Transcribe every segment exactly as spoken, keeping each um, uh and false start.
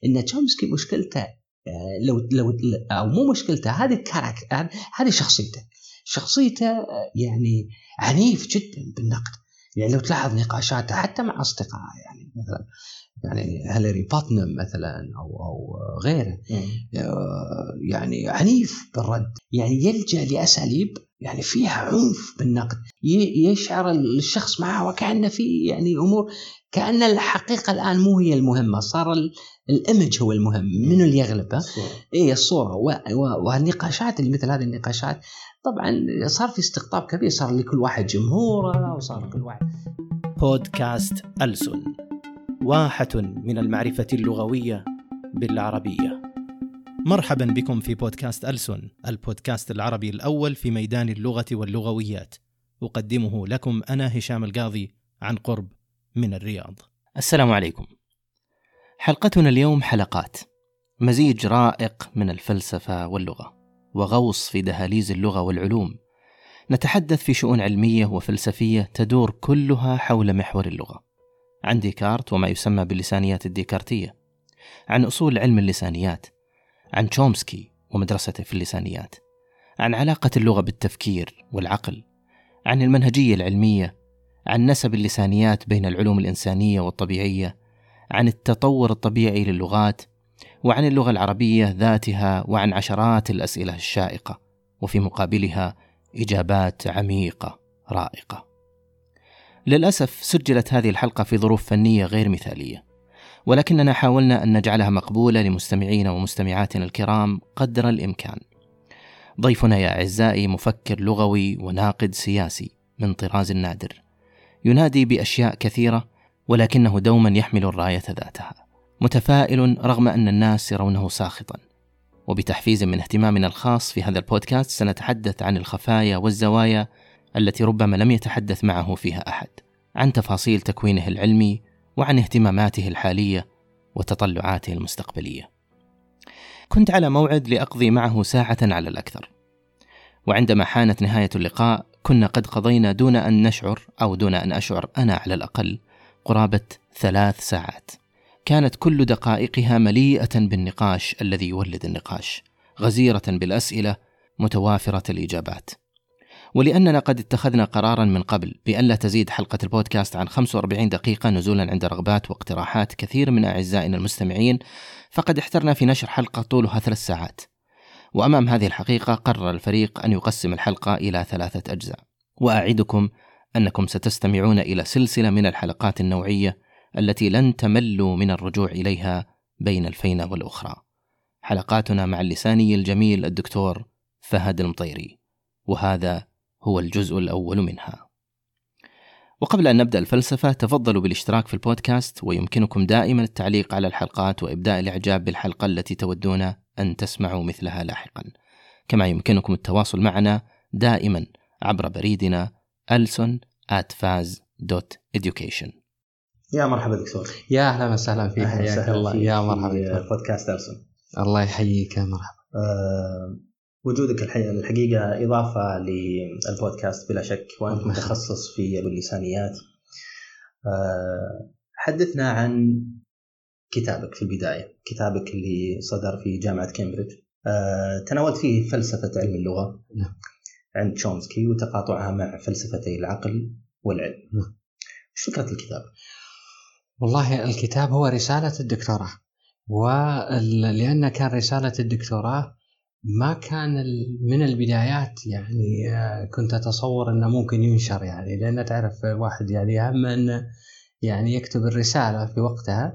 إن تشومسكي مشكلته لو لو أو مو مشكلته، هذه الكاركتر، هذه شخصيته شخصيته يعني عنيف جدا بالنقد. يعني لو تلاحظ نقاشاته حتى مع أصدقائه، يعني مثلا يعني هيلاري باتنم مثلا أو أو غيره، يعني عنيف بالرد، يعني يلجأ لأساليب يعني فيها عنف بالنقد، يشعر الشخص معه وكأنه في يعني أمور، كأن الحقيقة الآن مو هي المهمة، صار الإيمج هو المهم، منو اللي يغلبه؟ إيه الصورة. والنقاشات اللي مثل هذه النقاشات طبعا صار في استقطاب كبير، صار لكل واحد جمهوره، وصار كل واحد. بودكاست ألسن، واحة من المعرفة اللغوية بالعربية. مرحبا بكم في بودكاست ألسن، البودكاست العربي الأول في ميدان اللغة واللغويات. أقدمه لكم أنا هشام القاضي عن قرب من الرياض. السلام عليكم. حلقتنا اليوم حلقات مزيج رائق من الفلسفة واللغة، وغوص في دهاليز اللغة والعلوم. نتحدث في شؤون علمية وفلسفية تدور كلها حول محور اللغة، عن ديكارت وما يسمى باللسانيات الديكارتية، عن أصول علم اللسانيات، عن تشومسكي ومدرسته في اللسانيات، عن علاقة اللغة بالتفكير والعقل، عن المنهجية العلمية، عن نسب اللسانيات بين العلوم الإنسانية والطبيعية، عن التطور الطبيعي للغات، وعن اللغة العربية ذاتها، وعن عشرات الأسئلة الشائقة، وفي مقابلها إجابات عميقة رائقة. للأسف سجلت هذه الحلقة في ظروف فنية غير مثالية، ولكننا حاولنا أن نجعلها مقبولة لمستمعينا ومستمعاتنا الكرام قدر الإمكان. ضيفنا يا أعزائي مفكر لغوي وناقد سياسي من طراز النادر، ينادي بأشياء كثيرة، ولكنه دوما يحمل الراية ذاتها، متفائل رغم أن الناس يرونه ساخطا. وبتحفيز من اهتمامنا الخاص في هذا البودكاست سنتحدث عن الخفايا والزوايا التي ربما لم يتحدث معه فيها أحد، عن تفاصيل تكوينه العلمي، وعن اهتماماته الحالية وتطلعاته المستقبلية. كنت على موعد لأقضي معه ساعة على الأكثر، وعندما حانت نهاية اللقاء كنا قد قضينا دون أن نشعر أو دون أن أشعر أنا على الأقل قرابة ثلاث ساعات، كانت كل دقائقها مليئة بالنقاش الذي يولد النقاش، غزيرة بالأسئلة، متوافرة الإجابات. ولأننا قد اتخذنا قرارا من قبل بأن لا تزيد حلقة البودكاست عن خمسة وأربعين دقيقة نزولا عند رغبات واقتراحات كثير من أعزائنا المستمعين، فقد احترنا في نشر حلقة طولها ثلاث ساعات. وأمام هذه الحقيقة قرر الفريق أن يقسم الحلقة إلى ثلاثة أجزاء، وأعدكم أنكم ستستمعون إلى سلسلة من الحلقات النوعية التي لن تملوا من الرجوع إليها بين الفينة والأخرى. حلقاتنا مع اللساني الجميل الدكتور فهد المطيري، وهذا هو الجزء الأول منها. وقبل أن نبدأ الفلسفة، تفضلوا بالاشتراك في البودكاست، ويمكنكم دائما التعليق على الحلقات وإبداء الإعجاب بالحلقة التي تودون أن تسمعوا مثلها لاحقا. كما يمكنكم التواصل معنا دائما عبر بريدنا ألسن آت فاز دوت إديوكيشن. يا مرحبا دكتور. يا أهلا وسهلا فيك، حياك الله. يا مرحبا في بودكاست ألسن. الله يحييك، يا مرحبا. أه وجودك الحقيقة إضافة للبودكاست بلا شك، وأنت متخصص في اللسانيات. أه حدثنا عن كتابك في البداية، كتابك اللي صدر في جامعة كامبريدج، أه تناولت فيه فلسفة علم اللغة عند تشومسكي وتقاطعها مع فلسفتي العقل والعلم. ايش فكرة الكتاب؟ والله الكتاب هو رسالة الدكتوراه، ولأن كان رسالة الدكتوراه ما كان من البدايات يعني كنت أتصور أنه ممكن ينشر، يعني لأن تعرف واحد يعني أهم أن يعني يكتب الرسالة في وقتها،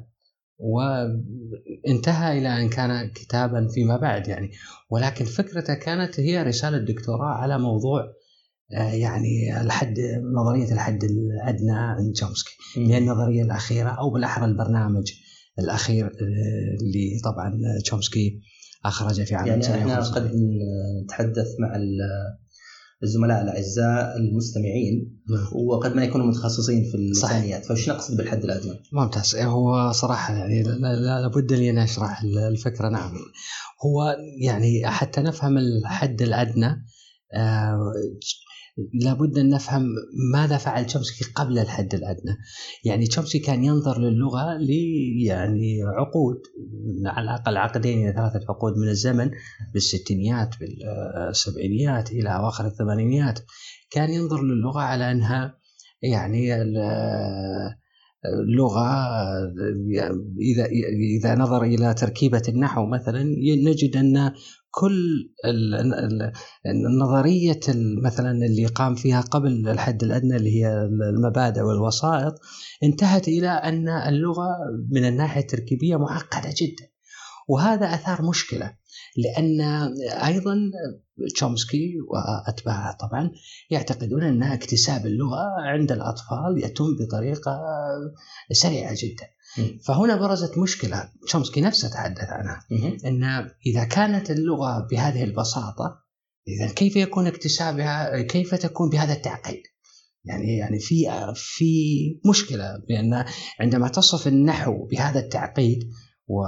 وانتهى إلى أن كان كتابا فيما بعد يعني. ولكن فكرته كانت هي رسالة الدكتوراه على موضوع يعني الحد، نظرية الحد الأدنى عند تشومسكي، هي النظرية الأخيرة، أو بالأحرى البرنامج الأخير اللي طبعا تشومسكي أخرجه في عام يعني احنا قد نتحدث مع الزملاء الأعزاء المستمعين وقد ما يكونوا متخصصين في اللسانيات، فايش نقصد بالحد الأدنى؟ ممتاز. هو صراحة يعني لابد لي أن أشرح الفكرة. نعم، هو يعني حتى نفهم الحد الأدنى، لابد أن نفهم ماذا فعل تشومسكي قبل الحد الأدنى. يعني تشومسكي كان ينظر للغة لي يعني عقود، على الأقل عقدين إلى ثلاثة عقود من الزمن، بالستينيات بالسبعينيات إلى أواخر الثمانينيات، كان ينظر للغة على أنها يعني اللغة إذا إذا نظر إلى تركيبة النحو مثلا نجد أن كل النظرية مثلا اللي قام فيها قبل الحد الأدنى اللي هي المبادئ والوسائط انتهت إلى أن اللغة من الناحية التركيبية معقدة جدا، وهذا أثار مشكلة، لأن أيضا تشومسكي وأتباعه طبعا يعتقدون أن اكتساب اللغة عند الأطفال يتم بطريقة سريعة جدا. فهنا برزت مشكلة تشومسكي نفسه تحدث عنها، أن إذا كانت اللغة بهذه البساطة إذا كيف يكون اكتسابها، كيف تكون بهذا التعقيد؟ يعني يعني في في مشكلة، لأن عندما تصف النحو بهذا التعقيد و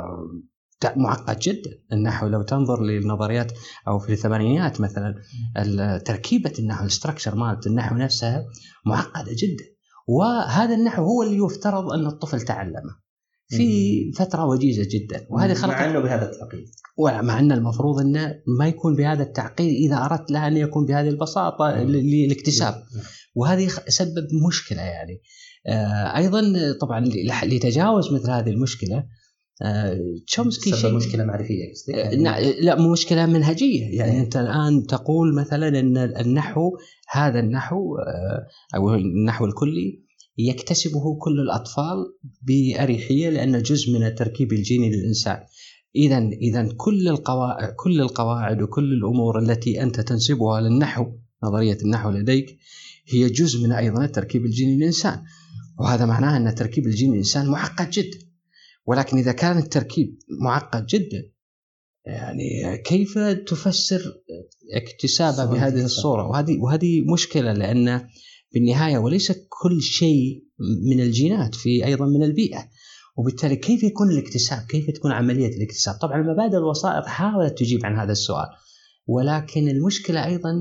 معقد جدا. النحو لو تنظر للنظريات أو في الثمانينيات مثلا تركيبة النحو الاستراكشر مالت النحو نفسها معقدة جدا، وهذا النحو هو اللي يفترض أن الطفل تعلمه في فترة وجيزة جدا، وهذه خلقت مع أنه بهذا التعقيد، ومع أن المفروض أنه ما يكون بهذا التعقيد إذا أردت له أن يكون بهذه البساطة للاكتساب، وهذه سبب مشكلة. يعني أيضا طبعا لتجاوز مثل هذه المشكلة تشومسكي سبب مشكلة معرفية يعني لا مو مشكلة منهجية. يعني أنت الآن تقول مثلا أن النحو هذا النحو أو النحو الكلي يكتسبه كل الأطفال بأريحية لأنه جزء من التركيب الجيني للإنسان. إذا إذا كل القواعد كل القواعد وكل الأمور التي أنت تنسبها للنحو، نظرية النحو لديك، هي جزء من أيضا التركيب الجيني للإنسان، وهذا معناه أن التركيب الجيني للإنسان معقد جدا. ولكن إذا كان التركيب معقد جدا يعني كيف تفسر اكتسابه بهذه الصورة؟ وهذه وهذه مشكلة، لأن بالنهاية وليس كل شيء من الجينات، في أيضا من البيئة، وبالتالي كيف يكون الاكتساب؟ كيف تكون عملية الاكتساب؟ طبعا المبادئ الوسائط حاولت تجيب عن هذا السؤال، ولكن المشكلة أيضا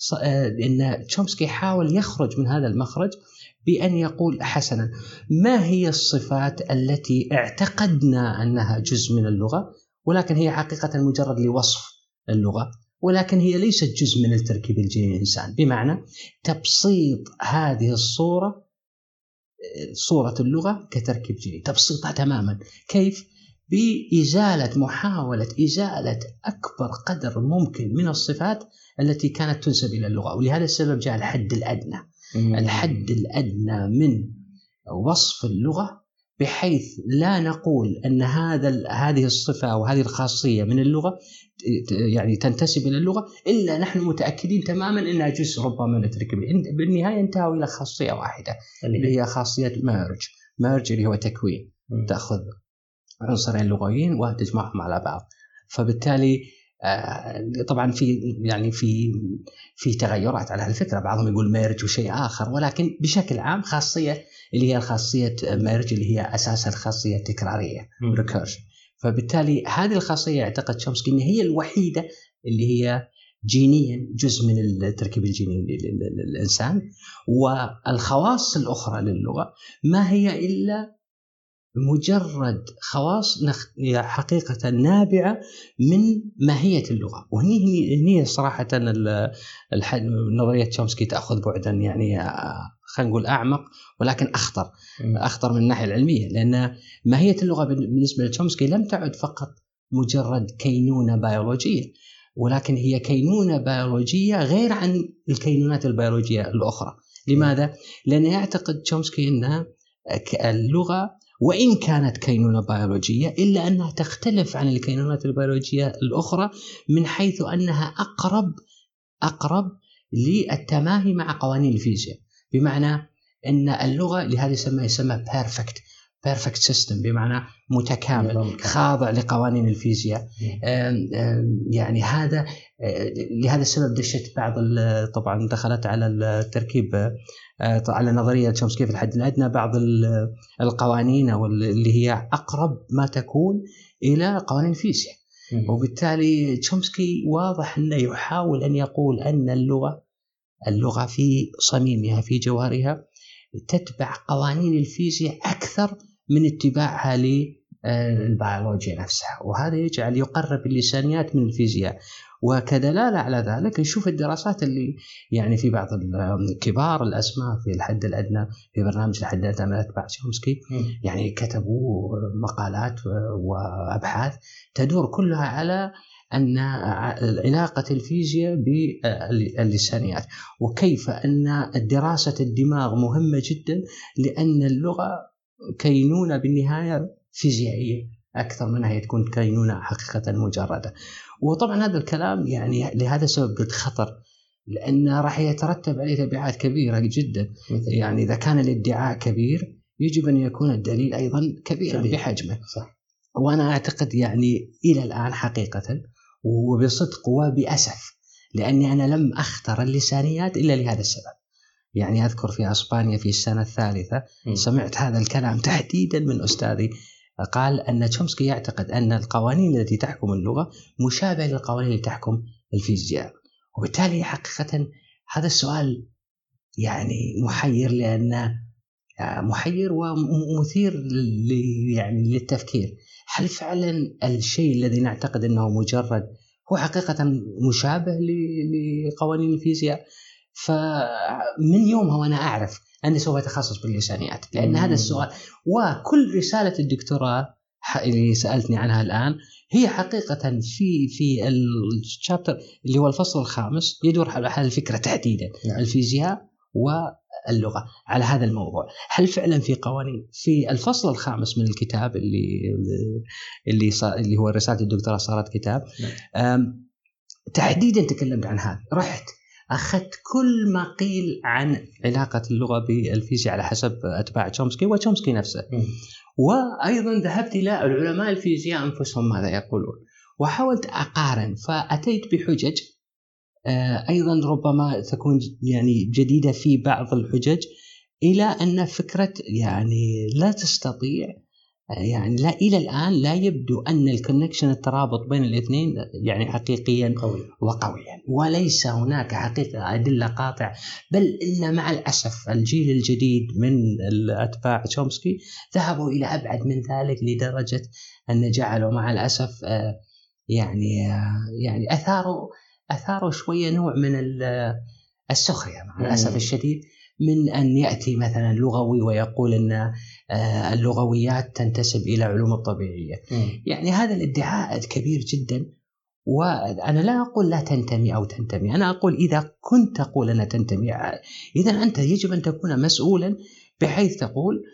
أن تشومسكي حاول يخرج من هذا المخرج بأن يقول حسنا ما هي الصفات التي اعتقدنا أنها جزء من اللغة ولكن هي حقيقة مجرد لوصف اللغة، ولكن هي ليست جزء من التركيب الجيني للإنسان، بمعنى تبسيط هذه الصورة، صورة اللغة كتركيب جيني، تبسيطها تماما. كيف؟ بإزالة محاولة إزالة أكبر قدر ممكن من الصفات التي كانت تنسب إلى اللغة، ولهذا السبب جاء الحد الأدنى الحد الأدنى من وصف اللغة، بحيث لا نقول أن هذا هذه الصفة أو هذه الخاصية من اللغة يعني تنتسب إلى اللغة إلا نحن متأكدين تماما أنها جزء ربما من التركيب. بالنهاية انتهوا إلى خاصية واحدة اللي هي خاصية ميرج ميرج اللي هو تكوين، تأخذ عنصرين لغويين وتجمعهم على بعض. فبالتالي طبعا في يعني في في تغيرات على هالفكرة، بعضهم يقول ميرج وشيء آخر، ولكن بشكل عام خاصية اللي هي الخاصية ميرج اللي هي أساسا الخاصية التكرارية recursion. فبالتالي هذه الخاصية يعتقد تشومسكي إن هي الوحيدة اللي هي جينيا جزء من التركيب الجيني للإنسان، والخواص الأخرى للغة ما هي إلا مجرد خواص حقيقة نابعة من ماهية اللغة. وهي هي صراحة النظرية تشومسكي تأخذ بعدا يعني خلينا نقول أعمق ولكن أخطر أخطر من الناحية العلمية، لأن ماهية اللغة بالنسبة لتشومسكي لم تعد فقط مجرد كينونة بيولوجية، ولكن هي كينونة بيولوجية غير عن الكينونات البيولوجية الأخرى. لماذا؟ لأن يعتقد تشومسكي أن اللغة وإن كانت كينونة بيولوجية إلا أنها تختلف عن الكينونات البيولوجية الأخرى من حيث أنها أقرب أقرب للتماهي مع قوانين الفيزياء، بمعنى أن اللغة لهذا يسمى يسمى perfect perfect system، بمعنى متكامل خاضع لقوانين الفيزياء. يعني هذا لهذا السبب دشت بعض طبعا دخلت على التركيب على نظرية تشومسكي في الحد الأدنى بعض القوانين أو اللي هي أقرب ما تكون إلى قوانين الفيزياء. وبالتالي تشومسكي واضح أنه يحاول أن يقول أن اللغة اللغة في صميمها في جوهرها تتبع قوانين الفيزياء أكثر من اتباعها للبيولوجيا نفسها، وهذا يجعل يقرب اللسانيات من الفيزياء. وكدلالة على ذلك نشوف الدراسات اللي يعني في بعض الكبار الأسماء في الحد الأدنى في برنامج الحد الأدنى من أتباع تشومسكي يعني كتبوا مقالات وأبحاث تدور كلها على أن علاقة الفيزياء باللسانيات، وكيف أن دراسة الدماغ مهمة جدا، لأن اللغة كينونة بالنهاية فيزيائية أكثر منها هي تكون كينونة حقيقة مجردة. وطبعا هذا الكلام يعني لهذا السبب قلت خطر، لأنه راح يترتب عليه تبعات كبيرة جدا. يعني إذا كان الادعاء كبير يجب أن يكون الدليل أيضا كبيرا كبير. بحجمه. صح. وأنا أعتقد يعني إلى الآن حقيقة وبصدق وبأسف، لأني أنا لم أختر اللسانيات إلا لهذا السبب. يعني أذكر في أسبانيا في السنة الثالثة م. سمعت هذا الكلام تحديدا من أستاذي، قال أن تشومسكي يعتقد أن القوانين التي تحكم اللغة مشابهة للقوانين التي تحكم الفيزياء. وبالتالي حقيقة هذا السؤال يعني محير، لأنه محير ومثير يعني للتفكير. هل فعلا الشيء الذي نعتقد أنه مجرد هو حقيقة مشابه لقوانين الفيزياء؟ فمن يومها وأنا أعرف أني سوف أتخصص باللسانيات، لأن هذا السؤال وكل رسالة الدكتوراه اللي سألتني عنها الآن هي حقيقة في في الشابتر اللي هو الفصل الخامس يدور حول هذه الفكرة تحديدا. نعم. الفيزياء واللغة على هذا الموضوع. هل فعلا في قوانين؟ في الفصل الخامس من الكتاب اللي اللي اللي هو رسالة الدكتوراه صارت كتاب. نعم. تحديدا تكلمت عن هذا، رحت أخذت كل ما قيل عن علاقة اللغة بالفيزياء على حسب أتباع تشومسكي وتشومسكي نفسه. م. وأيضا ذهبت إلى العلماء الفيزياء أنفسهم ماذا يقولون، وحاولت أقارن، فأتيت بحجج أيضا ربما تكون يعني جديدة في بعض الحجج، إلى أن فكرة يعني لا تستطيع يعني لا إلى الآن لا يبدو أن الكونكشن الترابط بين الاثنين يعني حقيقيا قوي وقويا، وليس هناك حقيقة أدلة قاطعة. بل إن مع الأسف الجيل الجديد من الأتباع تشومسكي ذهبوا إلى أبعد من ذلك، لدرجة أن جعلوا مع الأسف يعني يعني أثاروا أثاروا شوية نوع من السخرية مع الأسف الشديد، من أن يأتي مثلا لغوي ويقول أن اللغويات تنتسب إلى علوم الطبيعية. م. يعني هذا الادعاء كبير جدا، وأنا لا أقول لا تنتمي أو تنتمي، أنا أقول إذا كنت تقول أن تنتمي إذا أنت يجب أن تكون مسؤولا، بحيث تقول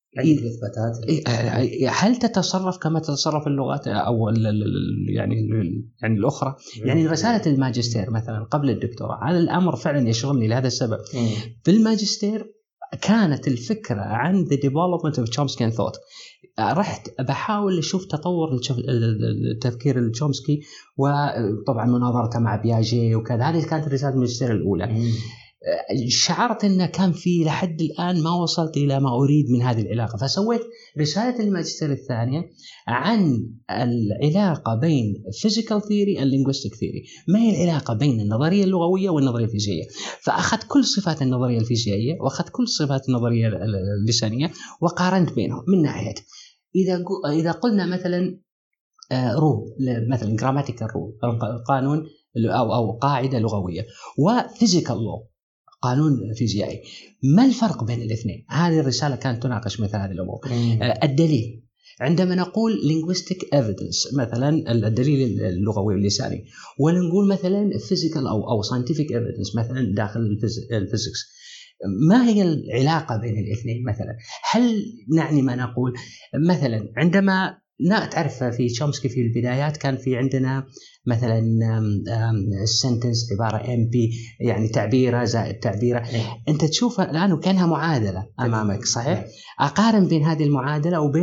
هل تتصرف كما تتصرف اللغات أو يعني يعني الأخرى. يعني رسالة الماجستير مثلا قبل الدكتوراه هذا الأمر فعلا يشغلني لهذا السبب. في الماجستير كانت الفكرة عن the development of Chomsky thought. رحت بحاول أشوف تطور التفكير التشومسكي، وطبعا مناظرته مع بياجي وكذا. هذه كانت رسالة الماجستير الأولى. مم. شعرت أن كان في لحد الآن ما وصلت إلى ما أريد من هذه العلاقة، فسويت رسالة الماجستير الثانية عن العلاقة بين physical theory and linguistic theory. ما هي العلاقة بين النظرية اللغوية والنظرية الفيزيائية؟ فأخذت كل صفات النظرية الفيزيائية وأخذت كل صفات النظرية اللسانية وقارنت بينهم. من ناحية إذا إذا قلنا مثلا رول مثلا grammatical rule قانون أو أو قاعدة لغوية، وphysical law قانون فيزيائي، ما الفرق بين الاثنين؟ هذه الرسالة كانت تناقش مثل هذه الأمور. الدليل عندما نقول linguistic evidence مثلا الدليل اللغوي واللساني، ونقول مثلا physical أو أو scientific evidence مثلا داخل الفيزيكس، ما هي العلاقة بين الاثنين؟ مثلا هل نعني ما نقول مثلا عندما لا تعرف في تشومسكي في البدايات كان في عندنا مثلا السنتنس عبارة ام بي يعني تعبيرة زائد تعبيرة. أنت تشوفها الآن وكأنها معادلة أمامك، صحيح؟ أقارن بين هذه المعادلة وبين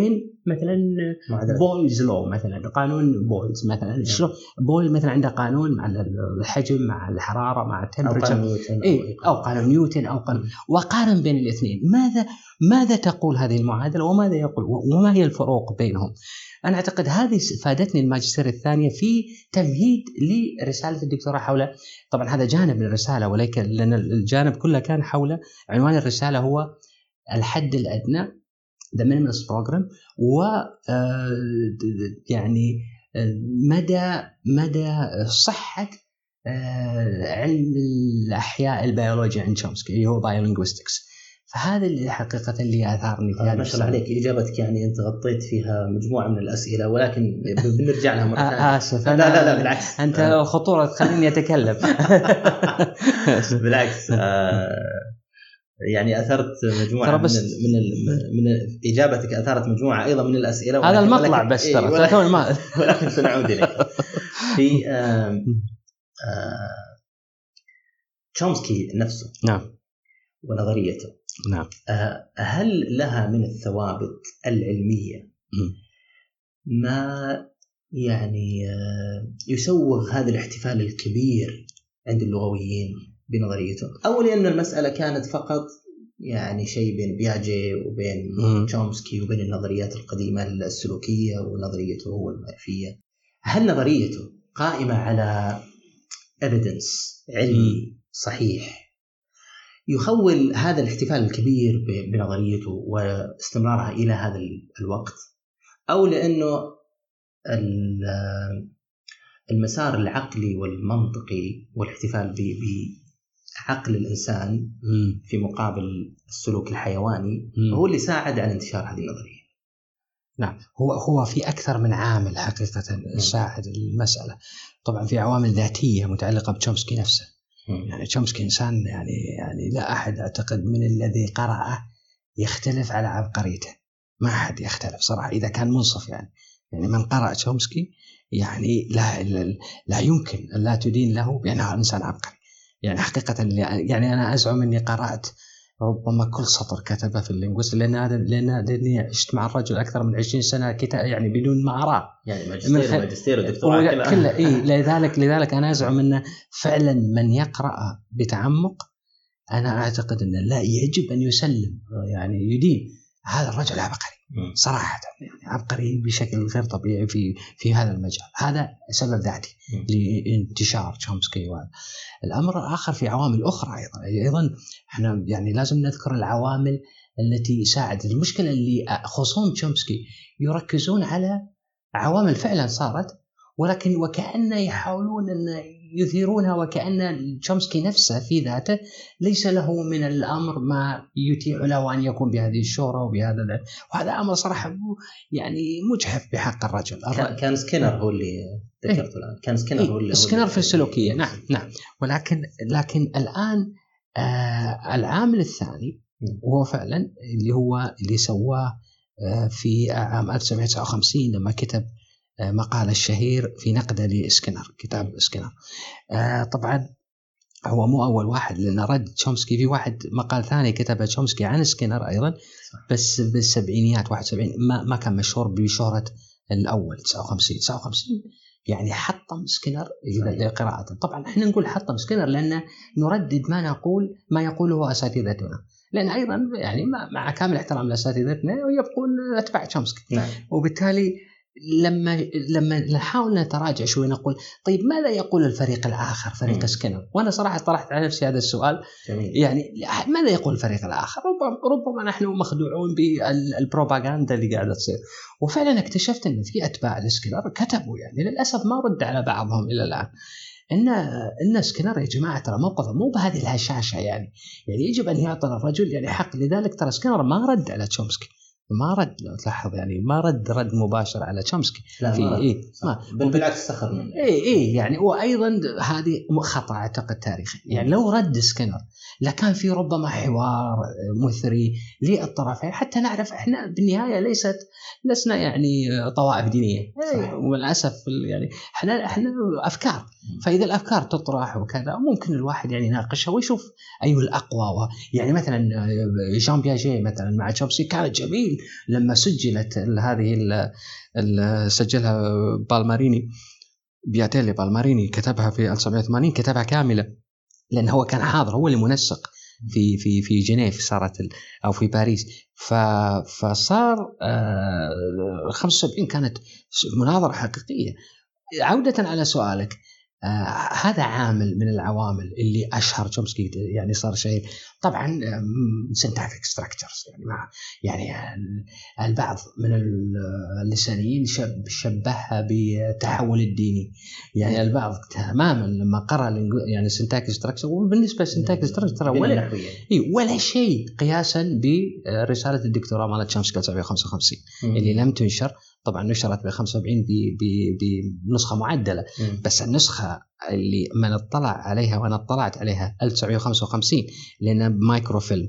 مثلا بويلز لو مثلا قانون بويلز مثلا شلون بويل مثلا عنده قانون مع الحجم مع الحراره مع التمبريتشر إيه او قانون نيوتن او قانون وقارن بين الاثنين ماذا ماذا تقول هذه المعادله وماذا يقول وما هي الفروق بينهم. انا اعتقد هذه فادتني الماجستير الثانيه في تمهيد لرساله الدكتوراه حول طبعا هذا جانب من الرساله ولكن لان الجانب كله كان حول عنوان الرساله هو الحد الادنى the minimalist program و يعني مدى مدى صحة علم الأحياء البيولوجيا عند شومسكي اللي هو بايولينغويستكس. فهذا اللي حقيقة اللي أثارني في هذا. ما شاء الله عليك إجابتك يعني أنت غطيت فيها مجموعة من الأسئلة ولكن بنرجع لها مرة ثانية. آسف لا لا لا بالعكس أنت خطورة تخليني أتكلم. بالعكس يعني أثرت مجموعة من ال من ال من إجابتك أثارت مجموعة أيضا من الأسئلة. هذا المطلع بس ترى ولكن, ولكن, ولكن سنعود إليه. في آه آه تشومسكي نفسه نعم ونظريته نعم آه هل لها من الثوابت العلمية ما يعني آه يسوغ هذا الاحتفال الكبير عند اللغويين بنظريته أو لأن المسألة كانت فقط يعني شيء بين بياجي وبين تشومسكي وبين النظريات القديمة السلوكية ونظريته هو المعرفية؟ هل نظريته قائمة على evidence علمي صحيح يخول هذا الاحتفال الكبير بنظريته واستمرارها إلى هذا الوقت أو لأنه المسار العقلي والمنطقي والاحتفال بعقل الإنسان في مقابل السلوك الحيواني هو اللي ساعد على انتشار هذه النظرية؟ نعم هو هو في أكثر من عامل حقيقة ساعد المسألة. طبعا في عوامل ذاتية متعلقة بتشومسكي نفسه. يعني تشومسكي إنسان يعني يعني لا أحد أعتقد من الذي قرأه يختلف على عبقريته. ما أحد يختلف صراحة إذا كان منصف يعني يعني من قرأ تشومسكي يعني لا لا يمكن أن لا تدين له بأنه إنسان عبقري. يعني حقيقة يعني أنا أزعم أني قرأت ربما كل سطر كتبه في اللينغويست لأن هذا لأن لأني عشت مع الرجل أكثر من عشرين سنة كتاب يعني بدون ما أراه يعني ماجستير ماجستير ودكتوراه كله إيه لذلك لذلك أنا أزعم أن فعلا من يقرأ بتعمق أنا أعتقد أن لا يجب أن يسلم يعني يدين هذا الرجل عبقري صراحة يعني عبقري بشكل غير طبيعي في في هذا المجال. هذا سبب ذاتي لانتشار تشومسكي. والأمر الآخر في عوامل أخرى أيضا أيضا إحنا يعني لازم نذكر العوامل التي ساعدت. المشكلة اللي خصوم تشومسكي يركزون على عوامل فعلا صارت ولكن وكأن يحاولون أن يثيرونها وكأن تشومسكي نفسه في ذاته ليس له من الأمر ما يتيح له أن يكون بهذه الشهرة وبهذا وهذا أمر صراحة يعني مجحف بحق الرجل. كان سكينر هو اللي ذكرته الآن. كان سكينر هو اللي سكينر في السلوكية. نعم نعم ولكن لكن الآن آه العامل الثاني هو فعلا اللي هو اللي سواه آه في عام ألف وتسعمائة وتسعة وخمسين لما كتب مقال الشهير في نقده لسكينر كتاب سكينر. آه طبعا هو مو أول واحد لأن رد تشومسكي في واحد مقال ثاني كتبه تشومسكي عن سكينر أيضا بس بالسبعينيات واحد وسبعين ما ما كان مشهور بشهرة الأول تسعة وخمسين تسعة وخمسين يعني حطم سكينر لقراءته. طبعا احنا نقول حطم سكينر لأن نردد ما نقول ما يقوله أساتذتنا لأن أيضا يعني مع كامل احترام لأساتذتنا يبقون أتباع تشومسكي. نعم. وبالتالي لما لما نحاول نتراجع شوي نقول طيب ماذا يقول الفريق الآخر فريق م. سكينر. وأنا صراحة طرحت على نفسي هذا السؤال. جميل. يعني ماذا يقول الفريق الآخر. ربما, ربما نحن مخدوعون بالبروباغندا اللي قاعدة تصير. وفعلا اكتشفت أن في أتباع لسكينر كتبوا يعني للأسف ما رد على بعضهم إلى الآن إن إن سكينر يا جماعة ترى موقفه مو بهذه الهشاشة يعني يعني يجب أن يعطى الرجل يعني حق. لذلك ترى سكينر ما رد على تشومسكي ما رد لو تلاحظ يعني ما رد رد مباشر على تشومسكي في إيه ما بل بالعكس سخر منه إيه إيه يعني وأيضا هذه خطأ أعتقد تاريخي يعني لو رد سكينر لكان في ربما حوار مثري للطرفين حتى نعرف إحنا بالنهاية ليست لسنا يعني طوائف دينية إيه وللأسف يعني إحنا إحنا أفكار. فإذا الأفكار تطرح وكذا ممكن الواحد يعني يناقشها ويشوف أيه الأقوى. يعني مثلا جان بياجي مثلا مع تشومسكي كانت جميلة الحين لما سجلت هذه اللي سجلها بالماريني بياتيلي بالماريني كتبها في ألف وتسعمائة وثمانين كتبها كاملة لأن هو كان حاضر هو اللي منسق في في في جنيف صارت أو في باريس. فصار خمسة وسبعين كانت مناظرة حقيقية. عودة على سؤالك آه هذا عامل من العوامل اللي أشهر تشومسكي يعني صار شيء. طبعا syntactic structures يعني مع يعني البعض من اللسانيين شب شبهها بالتحول الديني يعني البعض تماما لما قرأ يعني syntactic structure وبالنسبة syntactic structure ولا ولا شيء قياسا برسالة الدكتوراه مالت تشومسكي ألف وتسعمائة وخمسة وخمسين اللي لم تنشر. طبعا نشرت ب خمسة وسبعين بنسخة معدلة بس النسخة اللي من اطلع عليها وأنا اطلعت عليها ألف وتسعمائة وخمسة وخمسين لأنها مايكروفيلم.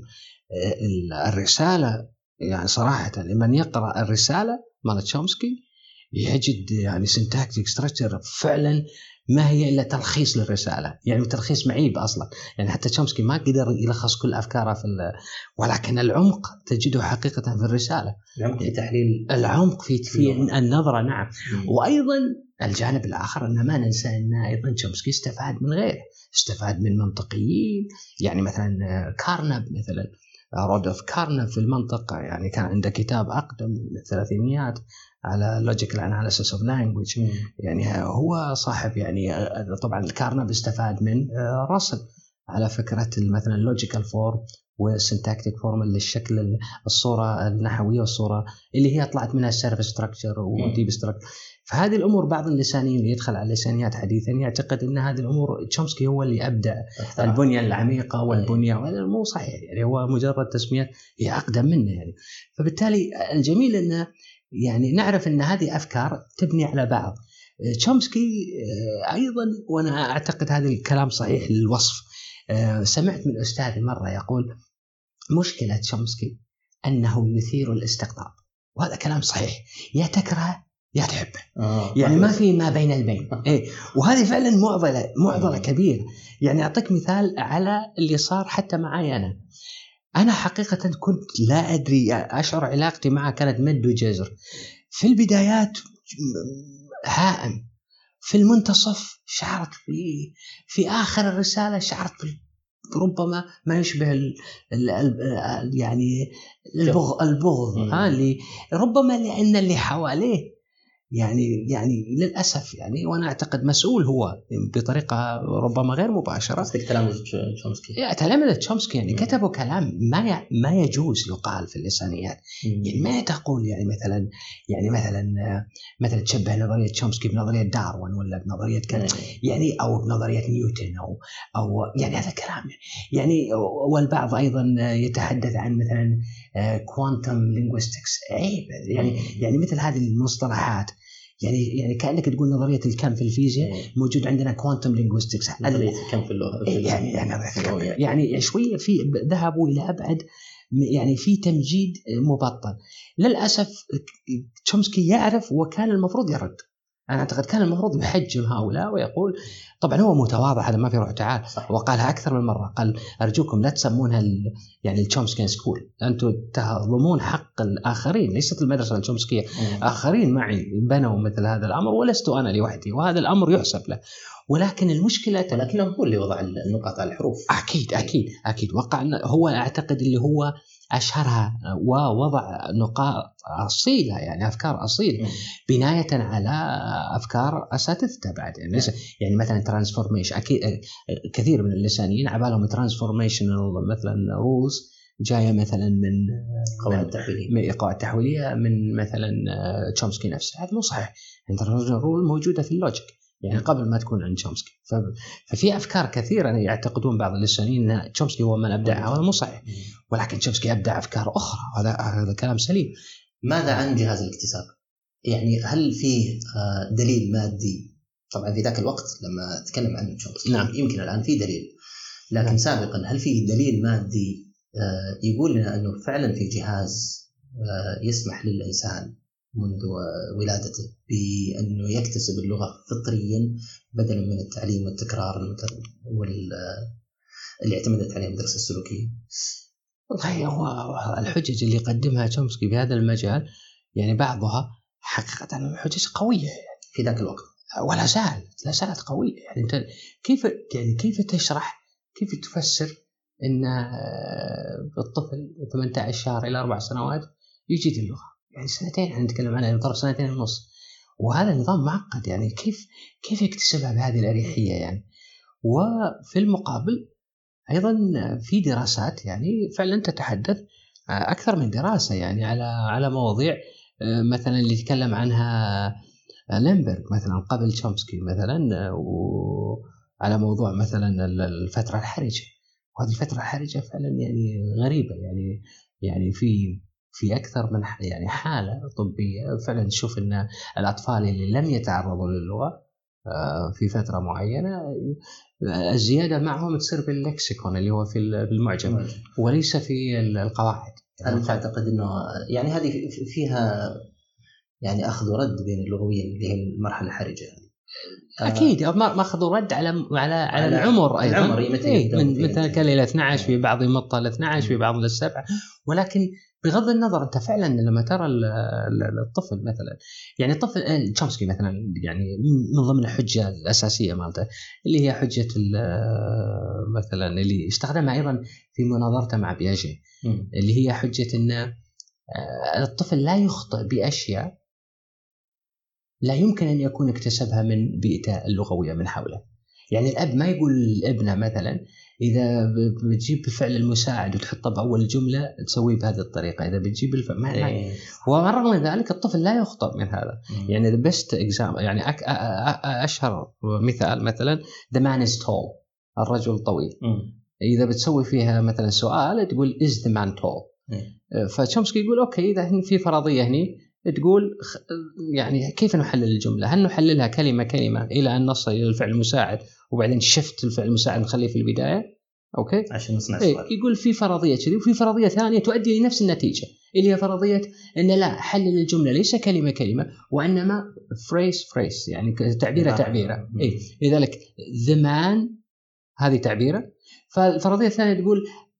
الرسالة يعني صراحة لمن يقرأ الرسالة مال تشومسكي يجد يعني syntactic structure فعلا ما هي إلا تلخيص للرسالة يعني تلخيص معيب أصلا يعني حتى تشومسكي ما قدر يلخص كل أفكاره في ولكن العمق تجده حقيقة في الرسالة. العمق في تحليل العمق في في النظرة نعم. مم. وأيضا الجانب الآخر أن ما ننسى أن أيضا تشومسكي استفاد من غيره استفاد من منطقيين يعني مثلا كارنب مثلا رودولف كارنب في المنطق يعني كان عنده كتاب أقدم من الثلاثينيات على logical analysis of language م. يعني هو صاحب يعني طبعا الكارنب استفاد من راسل على فكرة مثلا logical form والsyntactic form اللي الشكل الصورة النحوية والصورة اللي هي طلعت منها surface structure و deep structure. فهذه الأمور بعض اللسانيين اللي يدخل على اللسانيات حديثا يعتقد أن هذه الأمور تشومسكي هو اللي أبدع البنية العميقة والبنية وهذا مو صحيح يعني هو مجرد تسميات هي أقدم منه يعني. فبالتالي الجميل أنه يعني نعرف أن هذه أفكار تبني على بعض. تشومسكي أيضا وأنا أعتقد هذا الكلام صحيح للوصف سمعت من أستاذ مرة يقول مشكلة تشومسكي أنه يثير الاستقطاب وهذا كلام صحيح يا تكره يا تحبه آه يعني ما في ما بين البين إيه وهذه فعلا معضلة معضلة كبيرة. يعني أعطيك مثال على اللي صار حتى معي أنا أنا حقيقة كنت لا أدري أشعر علاقتي معه كانت مد وجزر. في البدايات هائم في المنتصف شعرت في في آخر الرسالة شعرت ربما ما يشبه ال ال ال يعني البغض البغض ها اللي ربما لأن اللي حواليه يعني يعني للأسف يعني وأنا أعتقد مسؤول هو بطريقة ربما غير مباشرة. قصدك تلامذة تشومسكي؟ يعني تلامذة تشومسكي يعني كتبوا كلام ما ما يجوز يقال في اللسانيات. يعني ما تقول يعني مثلا يعني مثلا مثلا تشبه نظرية تشومسكي بنظرية داروين ولا بنظرية كان يعني أو بنظرية نيوتن أو أو يعني هذا كلام يعني. والبعض أيضا يتحدث عن مثلا كوانتم لينغويستكس عيب يعني يعني مثل هذه المصطلحات يعني يعني كأنك تقول نظرية الكم في الفيزياء موجود عندنا كوانتم لينغويستكس نظرية الكم في اللغة يعني يعني يعني شوية في ذهبوا إلى أبعد يعني في تمجيد مبطن. للأسف تشومسكي يعرف وكان المفروض يرد. أنا أعتقد كان المفروض يحجم هؤلاء ويقول طبعا هو متواضع هذا ما في روح تعال وقالها أكثر من مرة قال أرجوكم لا تسمونها يعني التشومسكي سكول أنتم تهضمون حق الآخرين ليست المدرسة التشومسكية آخرين معي بنوا مثل هذا الأمر ولست أنا لوحدي وهذا الأمر يحسب له. ولكن المشكلة ولكنه هو اللي وضع النقاط على الحروف. أكيد أكيد أكيد وقع هو أعتقد اللي هو أشهرها ووضع نقاط أصيلة يعني أفكار أصيلة بناية على أفكار أساتذته بعد يعني, يعني مثلا ترانسفورميشن أكيد كثير من اللسانيين عبالهم ترانسفورميشنال مثلا رولز جاية مثلا من قواعد تحويلية من قواعد تحويلية من مثلا تشومسكي نفسه. هذا مو صحيح. الرول موجودة في اللوجيك يعني قبل ما تكون عند تشومسكي. ففي أفكار كثيرة يعتقدون بعض اللسانيين أن تشومسكي هو من أبدعها هذا مو صحيح. ولكن تشومسكي أبدع أفكار أخرى هذا هذا كلام سليم. ماذا عن جهاز الاكتساب؟ يعني هل فيه دليل مادي؟ طبعا في ذاك الوقت لما تكلم عنه تشومسكي نعم. يمكن الآن في دليل لكن نعم. سابقا هل فيه دليل مادي يقول لنا أنه فعلا في جهاز يسمح للإنسان منذ ولادته بأنه يكتسب اللغة فطريا بدلا من التعليم والتكرار واللي اعتمدت عليه المدرسة السلوكية؟ والله هو الحجج اللي يقدمها تشومسكي في هذا المجال يعني بعضها حقيقة حجج قوية يعني في ذاك الوقت، ولا زال لا زالت قوية. يعني أنت كيف يعني كيف تشرح كيف تفسر إن الطفل ثمانية عشر شهر إلى أربع سنوات يجيد اللغة، يعني سنتين احنا نتكلم عنها يضرب سنتين ونص، وهذا نظام معقد يعني كيف كيف يكتسبها بهذه الأريحية يعني. وفي المقابل أيضا في دراسات يعني فعلا تتحدث أكثر من دراسة يعني على على مواضيع مثلا اللي يتكلم عنها ليمبرغ مثلا قبل تشومسكي مثلا، وعلى موضوع مثلا الفترة الحرجة، وهذه الفترة الحرجة فعلا يعني غريبة يعني يعني في في أكثر من يعني حالة طبية فعلا تشوف أن الأطفال اللي لم يتعرضوا للغة في فترة معينة الزيادة معهم تصير باللكسيكون اللي هو في المعجم وليس في القواعد. هل تعتقد أنه يعني هذه فيها يعني أخذ ورد بين اللغويين اللي هي المرحلة الحرجة؟ أكيد ما أخذوا رد على على على العمر أيضا، العمر إيه من مثلا كان إلى اثني عشر في بعض يمط إلى اثني عشر في بعض إلى السبعة، ولكن بغض النظر أنت فعلا لما ترى الطفل مثلا يعني الطفل تشومسكي مثلا يعني من ضمن الحجة الأساسية مالته اللي هي حجة مثلا اللي استخدمها أيضا في مناظرته مع بياجي اللي هي حجة أن الطفل لا يخطئ بأشياء لا يمكن أن يكون اكتسبها من بيئته اللغوية من حوله. يعني الأب ما يقول لابنه مثلا إذا بتجيب الفعل المساعد وتحطه بأول الجملة تسويه بهذه الطريقة، إذا بتجيب الفعل ما يعني ومرة من ذلك الطفل لا يخطئ من هذا. مم. يعني the best example يعني أك أشهر مثال مثلا the man is tall الرجل طويل. مم. إذا بتسوي فيها مثلا سؤال تقول is the man tall. فتشومسكي يقول أوكي إذا في فرضية هني تقول يعني كيف نحلل الجملة؟ هل نحللها كلمة كلمة إلى أن نصل إلى الفعل المساعد وبعدين شفت الفعل المساعد نخليه في البداية أوكي عشان نصنع إيه يقول في فرضية كذي وفي فرضية ثانية تؤدي لنفس النتيجة اللي هي فرضية أن لا حلل الجملة ليس كلمة كلمة وإنما phrase phrase يعني تعبيرة تعبيرة. إيه لذلك the man هذه تعبيرة. فالفرضية الثانية تقول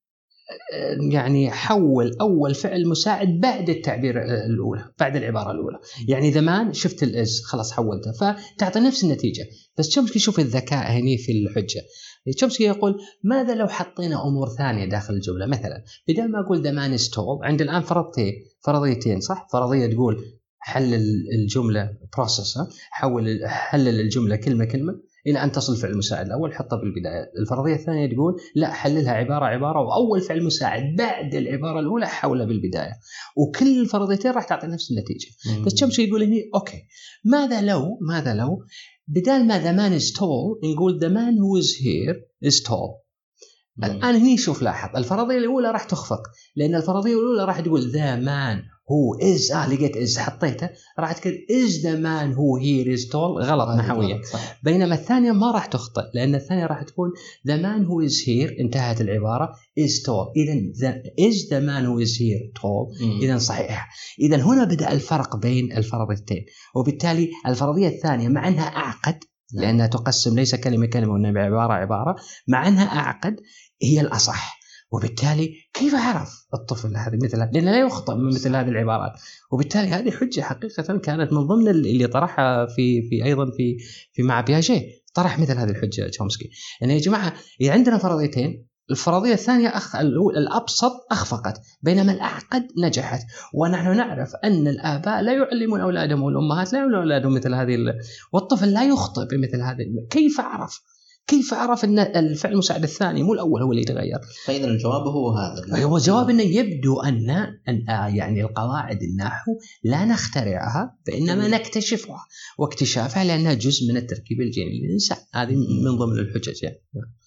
يعني حول أول فعل مساعد بعد التعبير الأولى بعد العبارة الأولى، يعني زمان شفت الإز خلاص حولتها فتعطي نفس النتيجة. بس تشومسكي شوف الذكاء هني في الحجة. تشومسكي يقول ماذا لو حطينا أمور ثانية داخل الجملة؟ مثلا بدل ما أقول the man is tall عند الآن فرضتين فرضيتين صح؟ فرضية تقول حلل الجملة process حول حلل الجملة كلمة كلمة إلى أن تصل فعل مساعد الأول حطه بالبداية. الفرضية الثانية تقول لا حللها عبارة عبارة وأول فعل مساعد بعد العبارة الأولى حولها بالبداية، وكل الفرضيتين راح تعطي نفس النتيجة. بس تشومسكي يقول هني أوكي ماذا لو ماذا لو بدل ما the man is tall نقول the man who is here is tall. الآن هني شوف لاحظ الفرضية الأولى راح تخفق لأن الفرضية الأولى راح تقول the man who is آه لقيت is حطيته راح تقول is the man who here is tall غلط نحويا. بينما الثانية ما راح تخطئ لأن الثانية راح تكون the man who is here انتهت العبارة is tall. إذن the is the man who is here tall إذن صحيح. إذن هنا بدأ الفرق بين الفرضيتين، وبالتالي الفرضية الثانية مع أنها أعقد لأنها تقسم ليس كلمة كلمة وإنما عبارة عبارة مع أنها أعقد هي الأصح. وبالتالي كيف عرف الطفل هذه مثلها لأنه لا يخطئ من مثل هذه العبارات. وبالتالي هذه حجة حقيقة كانت من ضمن اللي طرحها في في أيضا في في مع بياجي طرح مثل هذه الحجة تشومسكي إن يا جماعة إذا عندنا فرضيتين الفرضية الثانية أخ... الأبسط أخفقت بينما الأعقد نجحت. ونحن نعرف أن الآباء لا يعلمون أولادهم والأمهات لا يعلمون أولادهم مثل هذه ال... والطفل لا يخطئ بمثل هذه. كيف عرف كيف عرف أن الفعل المساعد الثاني مو الأول هو اللي يتغير؟ فإذا الجواب هو هذا. هو الجواب أنه يبدو أن أن يعني القواعد النحو لا نخترعها بإنما نكتشفها، واكتشافها لأنها جزء من التركيب الجيني للإنسان. هذه من ضمن الحجج يعني.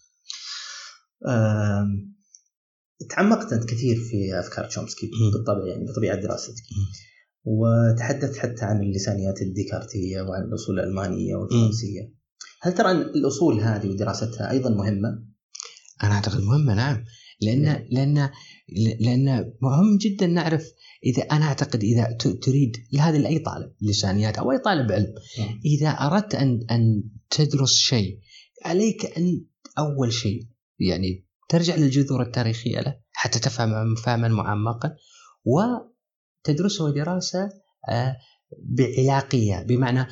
تعمقت أنت كثير في أفكار تشومسكي بالطبع يعني بطبيعة دراستك، وتحدثت حتى عن اللسانيات الديكارتية وعن الأصول الألمانية والفرنسية. هل ترى أن الأصول هذه ودراستها أيضا مهمة؟ أنا أعتقد مهمة نعم، لأن لأن لأن مهم جدا نعرف. إذا أنا أعتقد إذا تريد لهذا لأي طالب لسانيات أو أي طالب علم إذا أردت أن أن تدرس شيء عليك أن أول شيء يعني ترجع للجذور التاريخية له حتى تفهم فهما معمقا، وتدرسه دراسة بعلاقية، بمعنى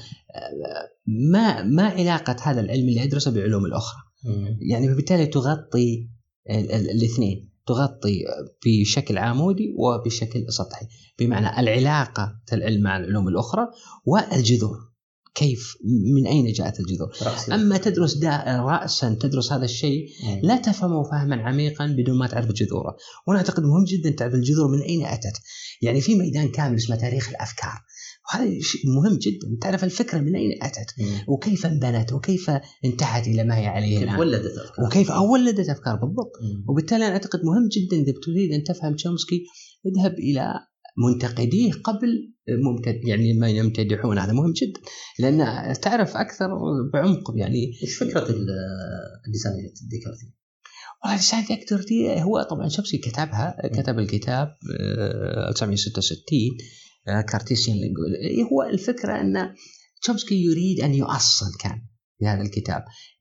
ما ما علاقة هذا العلم اللي أدرسه بعلوم الأخرى. يعني بالتالي تغطي الاثنين، تغطي بشكل عمودي وبشكل سطحي، بمعنى العلاقة العلم مع العلوم الأخرى والجذور، كيف من أين جاءت الجذور. أما تدرس رأسا تدرس هذا الشيء لا تفهمه فهما عميقا بدون ما تعرف جذوره. وأنا أعتقد مهم جدا تعرف الجذور من أين أتت. يعني في ميدان كامل اسمه تاريخ الأفكار، وهذا شيء مهم جدا، تعرف الفكرة من أين أتت وكيف انبنت وكيف انتهت إلى ما هي عليه الآن، ولدت أفكار وكيف ولدت أفكار بالضبط. وبالتالي أنا أعتقد مهم جدا إذا تريد أن تفهم تشومسكي اذهب إلى منتقديه قبل ممتد يعني ما يمتدحون. هذا مهم جدا لأن تعرف أكثر بعمق. يعني إيش فكرة اللسانيات الديكارتية؟ والله اللسانيات الديكارتية هو طبعا تشومسكي كتبها، كتب الكتاب ألف وتسعمائة وستة وستين كارتيسيان. هو الفكرة أن تشومسكي يريد أن يؤصل كان في هذا الكتاب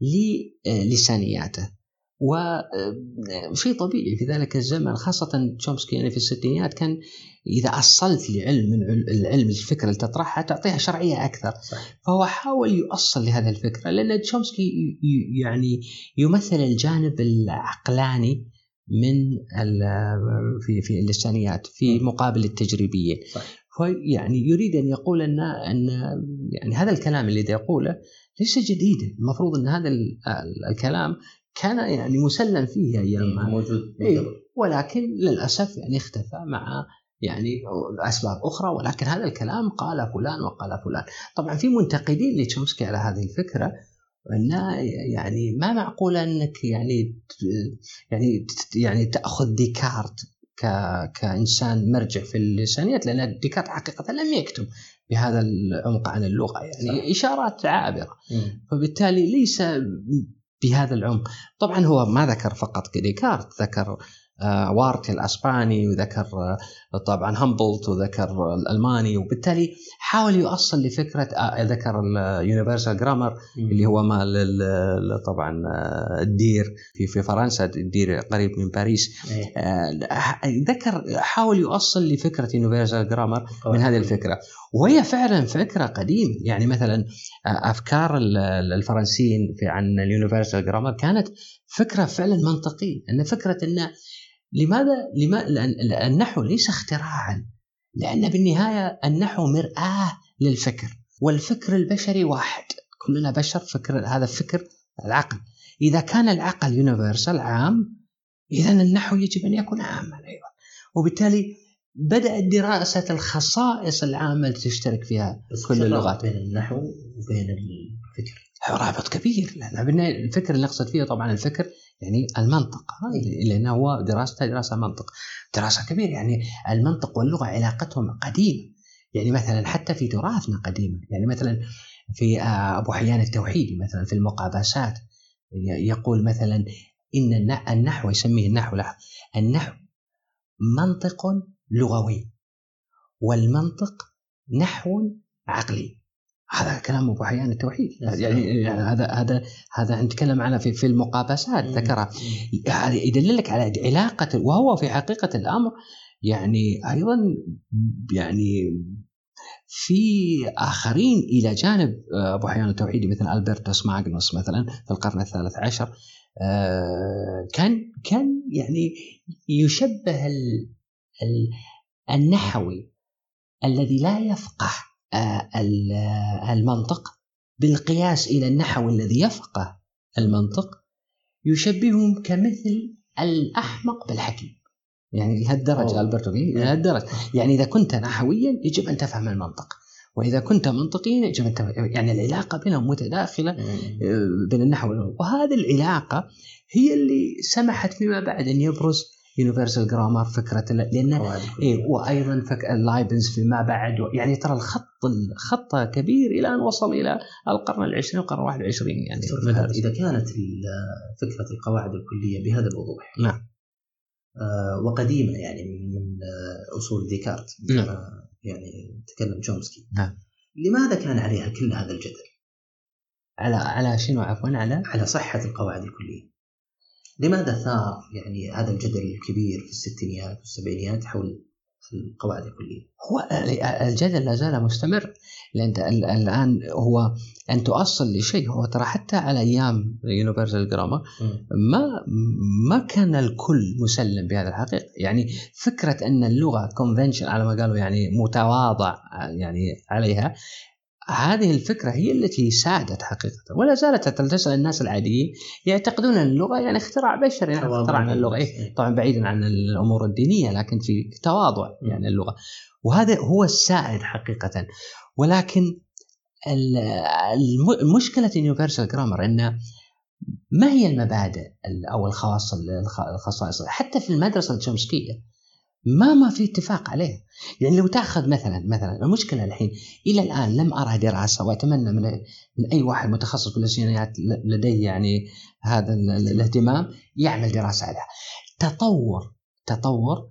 للسانياته، وشيء طبيعي في ذلك الزمن خاصة تشومسكي يعني في الستينيات كان إذا أصلت لعلم من العلم الفكرة اللي تطرحها تعطيها شرعية أكثر. صحيح. فهو حاول يؤصل لهذه الفكرة، لأن تشومسكي يعني يمثل الجانب العقلاني من في في اللسانيات في مقابل التجريبيين. يعني يريد أن يقول أن أن يعني هذا الكلام اللي يقوله ليس جديدا، المفروض أن هذا الكلام كان يعني مسلم فيه أيام موجود، إيه، ولكن للأسف يعني اختفى مع يعني أسباب أخرى. ولكن هذا الكلام قال فلان وقال فلان. طبعا في منتقدين لتشومسكي على هذه الفكرة، أن يعني ما معقول أنك يعني يعني يعني تأخذ ديكارت ك كإنسان مرجع في اللسانيات، لأن ديكارت حقيقة لم يكتب بهذا العمق عن اللغة، يعني صح. إشارات عابرة، فبالتالي ليس بهذا العمق. طبعا هو ما ذكر فقط ديكارت، ذكر آه وارتي الأسباني، وذكر آه طبعا هامبولت، وذكر الألماني، وبالتالي حاول يؤصل لفكرة آه ذكر اليونيفرسال جرامر اللي هو مال طبعا آه الدير في في فرنسا، الدير قريب من باريس. آه ذكر حاول يؤصل لفكرة يونيفرسال جرامر من هذه الفكرة، وهي فعلا فكرة قديمة. يعني مثلا أفكار الفرنسيين في عن اليونيفرسال جرامر كانت فكرة فعلا منطقية، أن فكرة أن لماذا لما النحو ليس اختراعا، لأن بالنهاية النحو مرآة للفكر، والفكر البشري واحد، كلنا بشر. فكر هذا الفكر العقل، إذا كان العقل يونيفرسال عام، إذن النحو يجب أن يكون عاما أيضا. وبالتالي بدأت دراسة الخصائص العامة التي تشترك فيها كل اللغات بين النحو وبين الفكر. رابط كبير، لأن الفكر اللي نقصد فيه طبعا الفكر يعني المنطق، لأنه هو دراسته دراسة منطق، دراسة كبيرة. يعني المنطق واللغة علاقتهم قديمة، يعني مثلا حتى في تراثنا قديمة. يعني مثلا في أبو حيان التوحيدي مثلا في المقابسات يقول مثلا إن النحو، يسميه النحو لاحظ النحو منطق لغوي، والمنطق نحو عقلي. هذا كلام أبو حيان التوحيد. يعني هذا هذا هذا نتكلم عنه في في المقابسات ذكرها، يدللك على علاقة، وهو في حقيقة الأمر يعني أيضا يعني في آخرين إلى جانب أبو حيان التوحيدي مثل ألبرتوس ماغنوس مثلا في القرن الثالث عشر، كان كان يعني يشبه النحوي الذي لا يفقه المنطق بالقياس إلى النحو الذي يفقه المنطق، يشبههم كمثل الأحمق بالحكيم. يعني لهالدرجة ألبرتو لهالدرجة. يعني إذا كنت نحويا يجب أن تفهم المنطق، وإذا كنت منطقيا يجب أن تفهم. يعني العلاقة بينهم متداخلة بين النحو واللغة، وهذه العلاقة هي اللي سمحت فيما بعد أن يبرز يونيفرسال جرامر فكرة، لأن إيه وأيضا فك لايبنز فيما بعد. يعني ترى الخط الخط كبير إلى أن وصل إلى القرن العشرين والقرن الواحد والعشرين. يعني إذا كانت فكرة القواعد الكلية بهذا الوضوح، نعم، آه وقديمة يعني من أصول ديكارت، نعم. يعني تكلم تشومسكي، نعم. لماذا كان عليها كل هذا الجدل؟ على على شنو عفوا؟ على على صحة القواعد الكلية. لماذا ثار يعني هذا الجدل الكبير في الستينيات والسبعينيات حول القواعد الكلية؟ هو الجدل لا زال مستمر، لأن الآن هو أن تؤصل لشيء. هو ترى حتى على أيام يونيفرسال جرامر ما ما كان الكل مسلم بهذا الحقيقة. يعني فكرة أن اللغة convention على ما قالوا يعني متواضع يعني عليها، هذه الفكرة هي التي ساعدت حقيقة، ولا زالت تلتسل الناس العاديين يعتقدون أن اللغة يعني اختراع بشري. يعني اخترعنا اللغة إيه؟ طبعا بعيدا عن الأمور الدينية، لكن في تواضع يعني اللغة، وهذا هو السائد حقيقة. ولكن المشكلة يونيفرسال جرامر أن ما هي المبادئ أو الخواص الخصائص حتى في المدرسة الشومسكية ما ما في اتفاق عليه. يعني لو تأخذ مثلا مثلا المشكلة الحين إلى الآن لم أرى دراسة، وأتمنى من من أي واحد متخصص باللسانيات لديه يعني هذا الاهتمام يعمل دراسة عليها. تطور تطور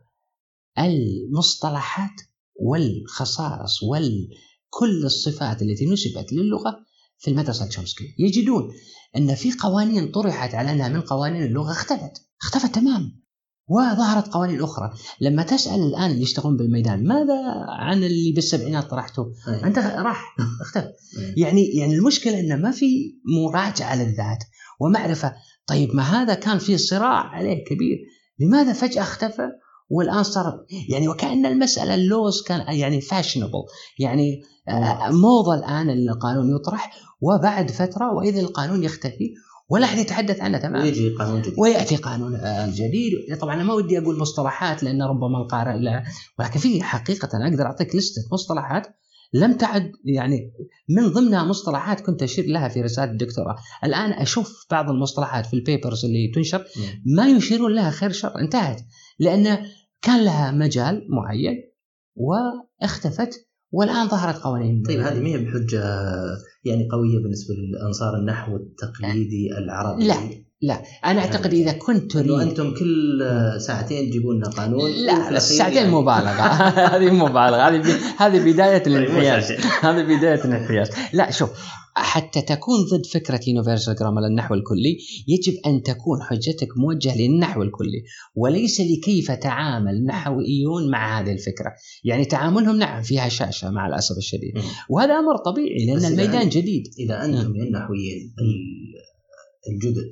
المصطلحات والخصائص وكل الصفات التي نسبت للغة في المدرسة الشومسكية، يجدون أن في قوانين طرحت على أنها من قوانين اللغة اختفت اختفت تماما، وظهرت قوانين أخرى. لما تسأل الآن اللي يشتغلون بالميدان ماذا عن اللي بالسبعينات طرحته، أيه. أنت راح اختفى. يعني يعني المشكلة إنه ما في مراجعة للذات ومعرفة. طيب ما هذا كان فيه صراع عليه كبير، لماذا فجأة اختفى والآن صار يعني وكأن المسألة اللوز كان يعني فاشنبل، يعني موضة الآن القانون يطرح وبعد فترة وإذا القانون يختفي ولا أحد يتحدث عنه تماما، ويجي قانون جديد ويأتي قانون جديد. طبعا أنا ما ودي أقول مصطلحات لأن ربما القارئ لا، ولكن في حقيقة أقدر أعطيك لستة مصطلحات لم تعد يعني من ضمنها مصطلحات كنت أشير لها في رسالة الدكتوراه. الآن أشوف بعض المصطلحات في البيبرز اللي تنشر ما يشيرون لها خير شر، انتهت لأن كان لها مجال معين واختفت والآن ظهرت قوانين. طيب هذه ما هي بحجة يعني قوية بالنسبة لأنصار النحو التقليدي العربي؟ لا لا أنا أعتقد إذا كنت تريد أنتم كل ساعتين تجيبون لنا قانون. لا الساعتين يعني مبالغة هذه مبالغة، هذه هذه بداية الانحياز هذه بداية الانحياز. لا شوف، حتى تكون ضد فكرة يونيفرسال جرامر النحو الكلي يجب أن تكون حجتك موجهة للنحو الكلي وليس لكيف تعامل النحويون مع هذه الفكرة. يعني تعاملهم نعم فيها شاشة مع الأسف الشديد، وهذا أمر طبيعي لأن الميدان جديد. إذا أنتم النحويين الجدد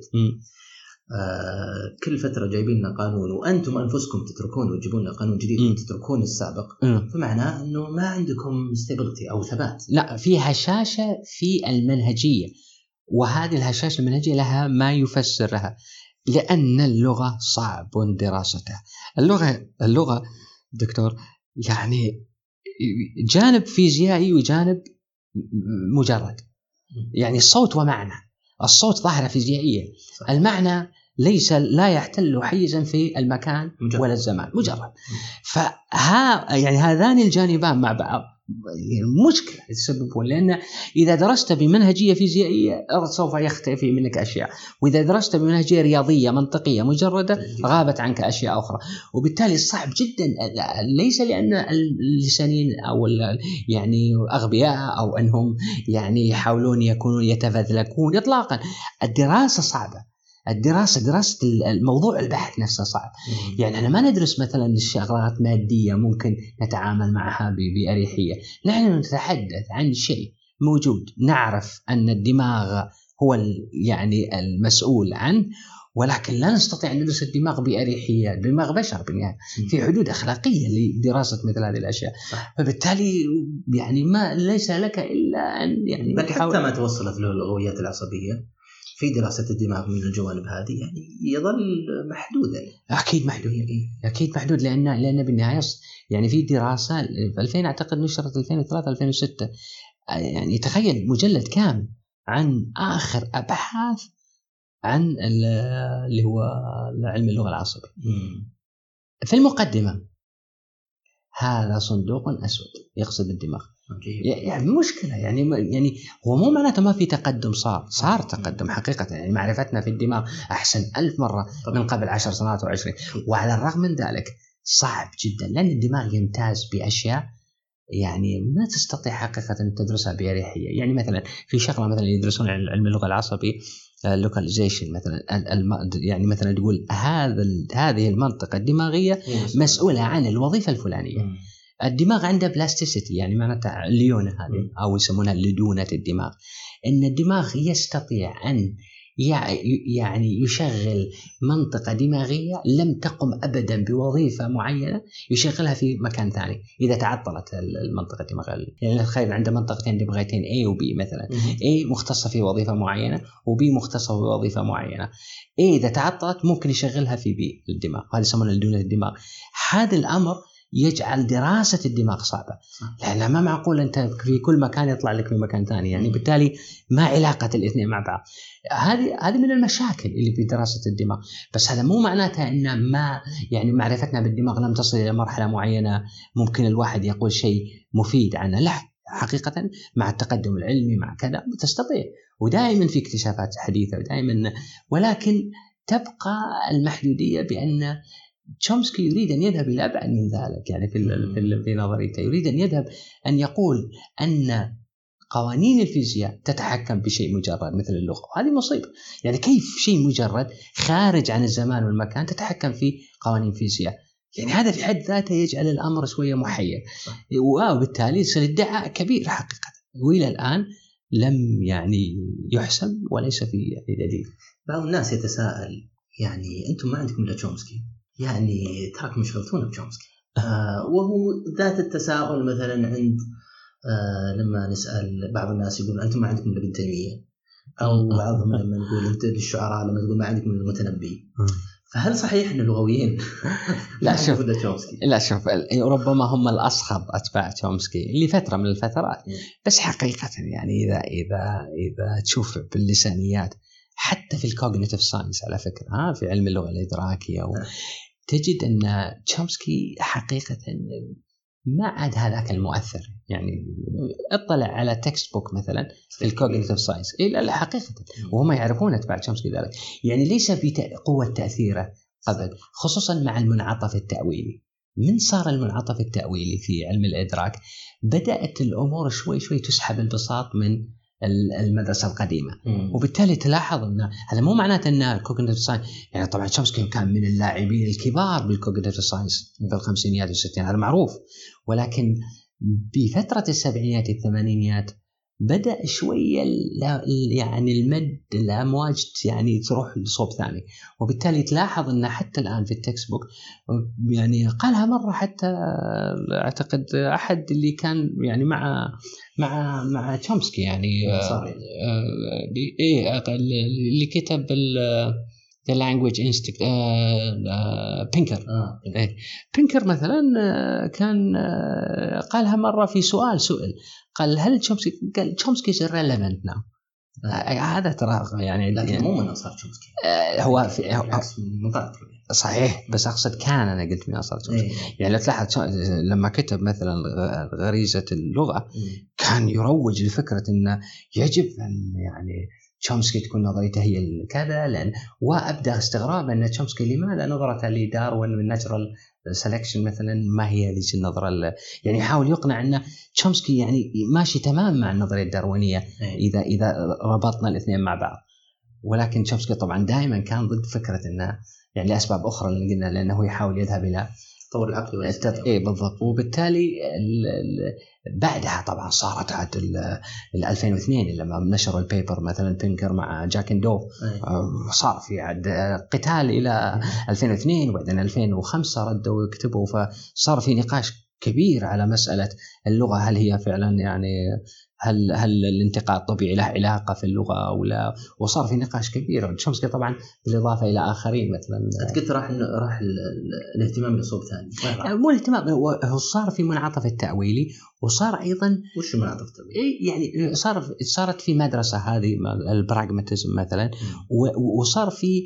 آه كل فترة جايبين لنا قانون وأنتم أنفسكم تتركون وتجيبون لنا قانون جديد وتتركون السابق، م. فمعناه أنه ما عندكم stability أو ثبات. لا، في هشاشة في المنهجية، وهذه الهشاشة المنهجية لها ما يفسرها، لأن اللغة صعب دراستها. اللغة اللغة دكتور يعني جانب فيزيائي وجانب مجرد، يعني الصوت ومعنى. الصوت ظاهرة فيزيائية، المعنى ليس لا يحتل حيزا في المكان مجرد. ولا الزمان، مجرد. فها يعني هذان الجانبان مع بعض مشكلة يسببون، لأن إذا درست بمنهجية فيزيائية سوف يختفي منك أشياء، وإذا درست بمنهجية رياضية منطقية مجردة غابت عنك أشياء أخرى. وبالتالي صعب جدا، ليس لأن اللسانيين أو يعني أغبياء أو أنهم يعني يحاولون يكونون يتفذلكون إطلاقا. الدراسة صعبة، الدراسة دراسة الموضوع البحث نفسه صعب. يعني أنا ما ندرس مثلا الشغلات مادية ممكن نتعامل معها بأريحية، نحن نتحدث عن شيء موجود، نعرف أن الدماغ هو يعني المسؤول عنه، ولكن لا نستطيع أن ندرس الدماغ بأريحية. دماغ بشر بالنهاية في حدود أخلاقية لدراسة مثل هذه الأشياء، فبالتالي يعني ما ليس لك إلا أن يعني بل حتى ما توصلت له اللغويات العصبية في دراسة الدماغ من الجوانب هذه يعني يظل محدودا. أكيد محدود، أكيد محدود، لأن لأن بالنهاية يعني في دراسة في ألفين أعتقد نشرت ألفين وثلاثة ألفين وستة، يعني تخيل مجلد كامل عن آخر أبحاث عن اللي هو علم اللغة العصبي. في المقدمة هذا صندوق أسود يقصد الدماغ. يعني مشكلة، يعني يعني هو مو معناته ما في تقدم، صار صار تقدم حقيقة. يعني معرفتنا في الدماغ أحسن ألف مرة من قبل عشر سنوات وعشرين، وعلى الرغم من ذلك صعب جدا، لأن الدماغ يمتاز بأشياء يعني ما تستطيع حقيقة أن تدرسها بأريحية. يعني مثلا في شغلة مثلا يدرسون علم اللغة العصبي اللوكاليزيشن مثلا، يعني مثلا تقول هذا هذه المنطقة الدماغية مسؤولة عن الوظيفة الفلانية. الدماغ عنده بلاستيسيتي، يعني معناتها الليونة هذه أو يسمونها لدونة الدماغ، إن الدماغ يستطيع أن يعني يشغل منطقة دماغية لم تقم أبدا بوظيفة معينة يشغلها في مكان ثاني إذا تعطلت المنطقة الدماغية. يعني تخيل عنده منطقتين دماغيتين A و B مثلا، A مختصة في وظيفة معينة و B مختصة في وظيفة معينة. A إذا تعطلت ممكن يشغلها في B الدماغ، هذا يسمونه لدونة الدماغ. هذا الأمر يجعل دراسة الدماغ صعبة، لأن ما معقول أنت في كل مكان يطلع لك في مكان ثاني، يعني بالتالي ما علاقة الاثنين مع بعض. هذه هذه من المشاكل اللي في دراسة الدماغ. بس هذا مو معناته أن ما يعني معرفتنا بالدماغ لم تصل إلى مرحلة معينة ممكن الواحد يقول شيء مفيد عنه. لا، حقيقة مع التقدم العلمي مع كذا تستطيع، ودائما في اكتشافات حديثة ودائما، ولكن تبقى المحدودية بأن تشومسكي يريد أن يذهب إلى أبعد من ذلك. يعني في في في نظريته يريد أن يذهب أن يقول أن قوانين الفيزياء تتحكم بشيء مجرد مثل اللغة، وهذه مصيبة. يعني كيف شيء مجرد خارج عن الزمان والمكان تتحكم في قوانين الفيزياء؟ يعني هذا في حد ذاته يجعل الأمر شوية محير، وبالتالي يصير ادعاء كبير حقيقة، وإلى الآن لم يعني يحسم وليس في يعني دليل. بعض الناس يتساءل يعني أنتم ما عندكم إلا تشومسكي، يعني تراكم مشغلتون بتشومسكي. آه وهو ذات التساؤل مثلا عند آه لما نسأل بعض الناس يقول أنتم ما عندكم إلا ابن تيمية، أو بعضهم لما نقول أنت للشعراء لما تقول ما عندكم إلا المتنبي. فهل صحيح أن اللغويين لا شوف لا شوف ربما هم الأصخب أتباع تشومسكي لفترة من الفترات، بس حقيقة يعني إذا إذا إذا تشوف باللسانيات حتى في الكوجنيتيف ساينس على فكرة، ها في علم اللغة الإدراكية، تجد أن تشومسكي حقيقة ما عاد هذاك المؤثر. يعني اطلع على تكست بوك مثلا في الكوجنيتيف ساينس إلا حقيقة، وهم يعرفون أتباع تشومسكي ذلك، يعني ليس بقوة تأثيره أبدا، خصوصا مع المنعطف التأويلي. من صار المنعطف التأويلي في علم الإدراك بدأت الأمور شوي شوي تسحب البساط من المدرسة القديمة، مم. وبالتالي تلاحظ أن هذا مو معناته أن الكوجنيتيف ساينس، يعني طبعا تشومسكي كان من اللاعبين الكبار بالكوجنيتيف ساينس في الخمسينيات والستينات، هذا معروف، ولكن بفترة السبعينيات الثمانينيات بدأ شوية يعني المد الأمواج يعني تروح لصوب ثاني، وبالتالي تلاحظ أن حتى الآن في التكست بوك يعني قالها مرة حتى أعتقد أحد اللي كان يعني مع مع مع تشومسكي يعني صحيح. إيه اللي كتب The Language Instinct بينكر آه. إيه. بينكر مثلا كان قالها مرة في سؤال سؤال قال هل تشومسكي قال تشومسكي is irrelevant now. هذا ترى يعني لكن مو من أنصار تشومسكي، هو في هو صحيح، بس أقصد كان أنا قلت من أنصار تشومسكي. إيه. يعني لو تلاحظ لما كتب مثلا غريزة اللغة إيه. كان يروج لفكرة إنه يجب أن يعني تشومسكي تكون نظريته هي الكذا، لأن وأبدأ استغراب أن تشومسكي لماذا نظرته لداروين من ناتشرال سelection مثلا ما هي هذه النظرة، يعني يحاول يقنع أن تشومسكي يعني ماشي تمام مع النظرية الداروينية إذا إذا ربطنا الاثنين مع بعض. ولكن تشومسكي طبعا دائما كان ضد فكرة أنه يعني لأسباب أخرى اللي قلنا، لأنه يحاول يذهب إلى طور العقل والتط... إيه بالضبط. وبالتالي ال... ال... بعدها طبعا صارت عاد ال ألفين واثنين لما نشروا البيبر مثلا بينكر مع جاك اند دوف، صار في عاد قتال إلى ألفين واثنين، وبعدين ألفين وخمسة ردوا يكتبوا، فصار في نقاش كبير على مسألة اللغة، هل هي فعلا يعني هل هل الانتقاء الطبيعي له علاقة في اللغة أو لا، وصار في نقاش كبير. تشومسكي طبعا بالإضافة إلى آخرين مثلا. قلت راح راح الاهتمام لصوب ثاني، مو الاهتمام، هو صار في منعطف التأويلي، وصار أيضا وش منعطف التأويلي؟ يعني صار صارت في مدرسة هذه البراغماتيزم مثلا، وصار في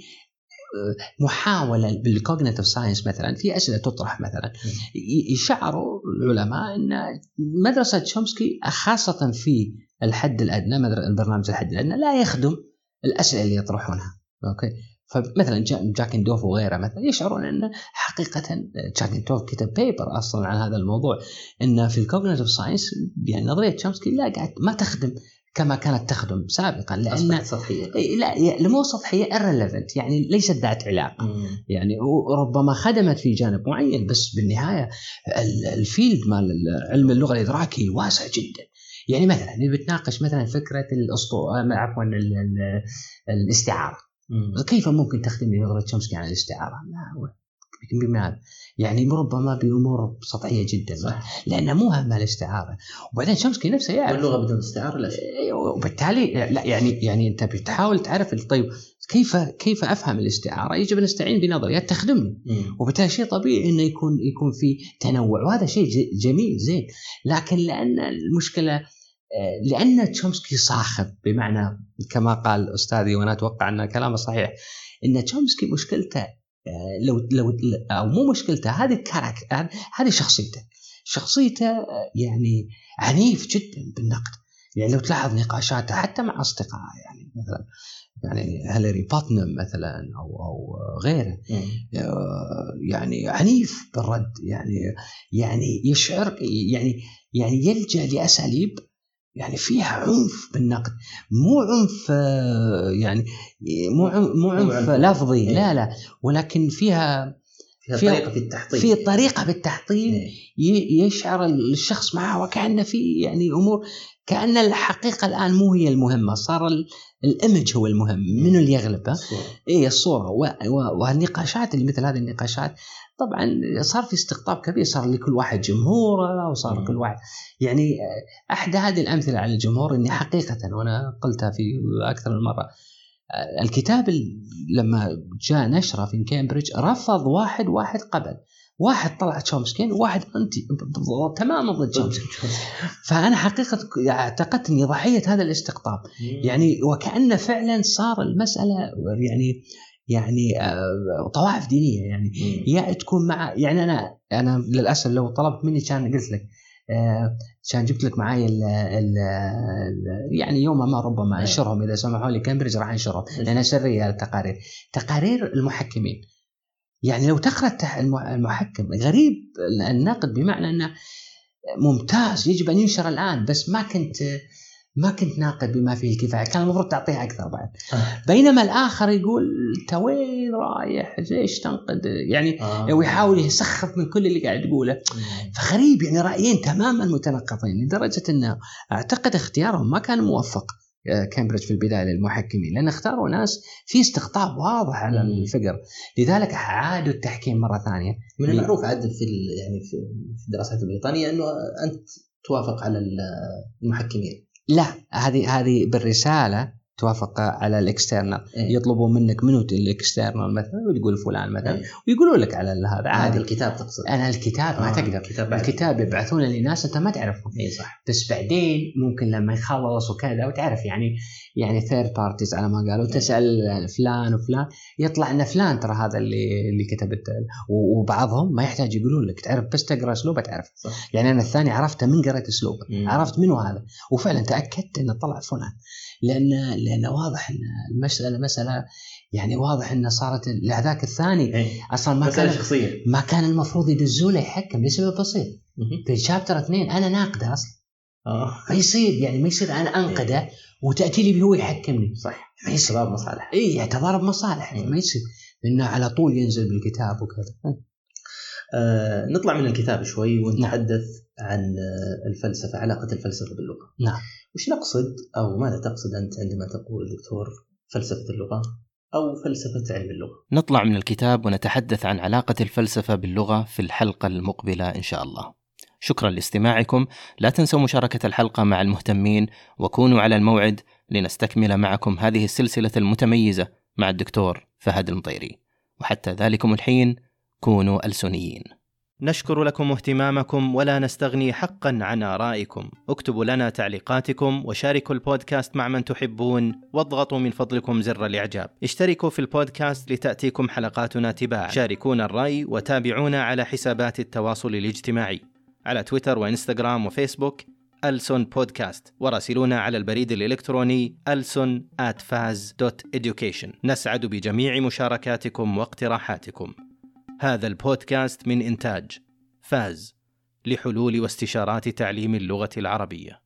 محاولة بالكوجنيتيف ساينس مثلا في أسئلة تطرح مثلا، يشعروا العلماء أن مدرسة تشومسكي خاصة في الحد الأدنى، البرنامج الحد الأدنى لا يخدم الأسئلة اللي يطرحونها. أوكي، فمثلا جاك اند دوف وغيره مثلا يشعرون أن حقيقة جاك اند دوف كتب بيبر أصلا عن هذا الموضوع، أن في الكوجنيتيف ساينس يعني نظرية تشومسكي لا قاعد ما تخدم كما كانت تخدم سابقا، لأن سطحية. لا مو سطحية irrelevant، يعني ليست ذات علاقة. مم. يعني ربما خدمت في جانب معين، بس بالنهاية الفيلد مال علم اللغة الإدراكي واسع جدا. يعني مثلا بتناقش مثلا فكرة الأسطو عفوا الاستعارة. مم. كيف ممكن تخدم نظرية تشومسكي عن الاستعارة؟ بماذا؟ يعني ربما بأمور سطحية جدا. صح. لأنها مو هم الاستعارة. وبعدين تشومسكي نفسه يعرف اللغة بدون استعارة لا شيء، وبالتالي لا يعني يعني أنت بتحاول تعرف طيب كيف كيف أفهم الاستعارة؟ يجب أن نستعين بنظريات تخدمني. مم. وبالتالي شيء طبيعي إنه يكون يكون في تنوع، وهذا شيء جميل زين. لكن لأن المشكلة لأن تشومسكي صاخب، بمعنى كما قال أستاذي وأنا أتوقع أن كلامه صحيح، إن تشومسكي مشكلته لو لو أو مو مشكلته، هذه كاركتر، هذه شخصيته شخصيته يعني عنيف جدا بالنقد. يعني لو تلاحظ نقاشاته حتى مع أصدقائه، يعني مثلا يعني هيلاري باتنم مثلا أو أو غيره، يعني عنيف بالرد، يعني يعني يشعر يعني يعني يلجأ لأساليب يعني فيها عنف بالنقد، مو عنف يعني مو عنف مو عنف لفظي، لا لا، ولكن فيها فيها, فيها طريقة في التحطيم، في طريقة بالتحطيم يشعر الشخص معه وكأنه في يعني أمور، كأن الحقيقة الآن مو هي المهمة، صار الإيمج هو المهم، منو اللي يغلب؟ إيه الصورة. والنقاشات اللي مثل هذه النقاشات طبعا صار في استقطاب كبير، صار لكل واحد جمهوره، وصار كل واحد يعني أحد هذه الأمثلة على الجمهور إني حقيقة وأنا قلتها في أكثر من مرة، الكتاب لما جاء نشره في كامبريدج رفض واحد واحد قبل واحد طلع تشومسكي وواحد أنتي تماما ضد تشومسكي. فأنا حقيقة اعتقدت إني ضحية هذا الاستقطاب، يعني وكأن فعلا صار المسألة يعني يعني طوائف دينية، يعني يا تكون مع يعني أنا أنا للأسف لو طلبت مني كان قلت لك كان جبت لك معايا ال ال يعني يوم ما ربما أنشرهم إذا سمحوا لي كامبريدج راح أنشرهم لأنها سرية التقارير تقارير المحكمين. يعني لو تقرأ المحكم غريب النقد بمعنى أنه ممتاز يجب أن ينشر الآن، بس ما كنت ما كنت ناقد بما فيه الكفاية، كان المفروض تعطيها أكثر بعد. آه. بينما الآخر يقول توين رايح ليش تنقد يعني آه. ويحاول يسخف من كل اللي قاعد يقوله. آه. فغريب يعني رأيين تماما متناقضين، لدرجة أنه أعتقد اختيارهم ما كان موفق كامبريدج في البداية للمحكمين، لأن اختاروا ناس في استقطاب واضح على الفقر، لذلك عادوا التحكيم مرة ثانية. من المعروف عدل في يعني في الدراسات البريطانية أنه أنت توافق على المحكمين، لا هذه هذه بالرسالة توافق على الاكسترنال. إيه؟ يطلبوا منك منو الاكسترنال مثلا وتقول فلان مثلا. إيه؟ ويقولوا لك على هذا عادي. الكتاب تقصد؟ أنا الكتاب ما آه. تقدر الكتاب, الكتاب يبعثون لناس أنت ما تعرفهم. إيه صح. بس بعدين ممكن لما يخلص وكذا وتعرف يعني يعني ثيرد بارتيز على ما قالوا. إيه؟ تسأل فلان وفلان يطلع أن فلان ترى هذا اللي اللي كتبت، وبعضهم ما يحتاج يقولون لك، تعرف بس تقرأ أسلوبه تعرف. صح. يعني أنا الثاني عرفته من قرأت أسلوبه، عرفت منه هذا وفعلا تأكدت أنه طلع فلان، لأن لأن واضح أن المسألة مسألة يعني واضح أن صارت لهذاك الثاني إيه؟ أصلا ما كان شخصية. ما كان المفروض يدزوا له يحكم لسبب بسيط. في شابتر اثنين أنا ناقده أصلا. آه. ما يصير يعني ما يصير أنا أنقده إيه؟ وتأتي لي به يحكمني. صح. ما يصير تضارب مصالح. إيه تضارب مصالح. إيه؟ ما يصير إنه على طول ينزل بالكتاب وكذا. آه نطلع من الكتاب شوي ونتحدث نعم. عن الفلسفة، علاقة الفلسفة باللغة. نعم. وش نقصد أو ماذا تقصد أنت عندما تقول دكتور فلسفة اللغة أو فلسفة علم اللغة؟ نطلع من الكتاب ونتحدث عن علاقة الفلسفة باللغة في الحلقة المقبلة إن شاء الله. شكرا لاستماعكم، لا تنسوا مشاركة الحلقة مع المهتمين وكونوا على الموعد لنستكمل معكم هذه السلسلة المتميزة مع الدكتور فهد المطيري، وحتى ذلكم الحين كونوا ألسنيين. نشكر لكم اهتمامكم ولا نستغني حقا عن آرائكم. اكتبوا لنا تعليقاتكم وشاركوا البودكاست مع من تحبون، واضغطوا من فضلكم زر الإعجاب. اشتركوا في البودكاست لتأتيكم حلقاتنا تباعا. شاركونا الرأي وتابعونا على حسابات التواصل الاجتماعي على تويتر وإنستغرام وفيسبوك ألسن بودكاست، وراسلونا على البريد الإلكتروني ألسن آت فاز دوت إديوكيشن. نسعد بجميع مشاركاتكم واقتراحاتكم. هذا البودكاست من إنتاج فاز لحلول واستشارات تعليم اللغة العربية.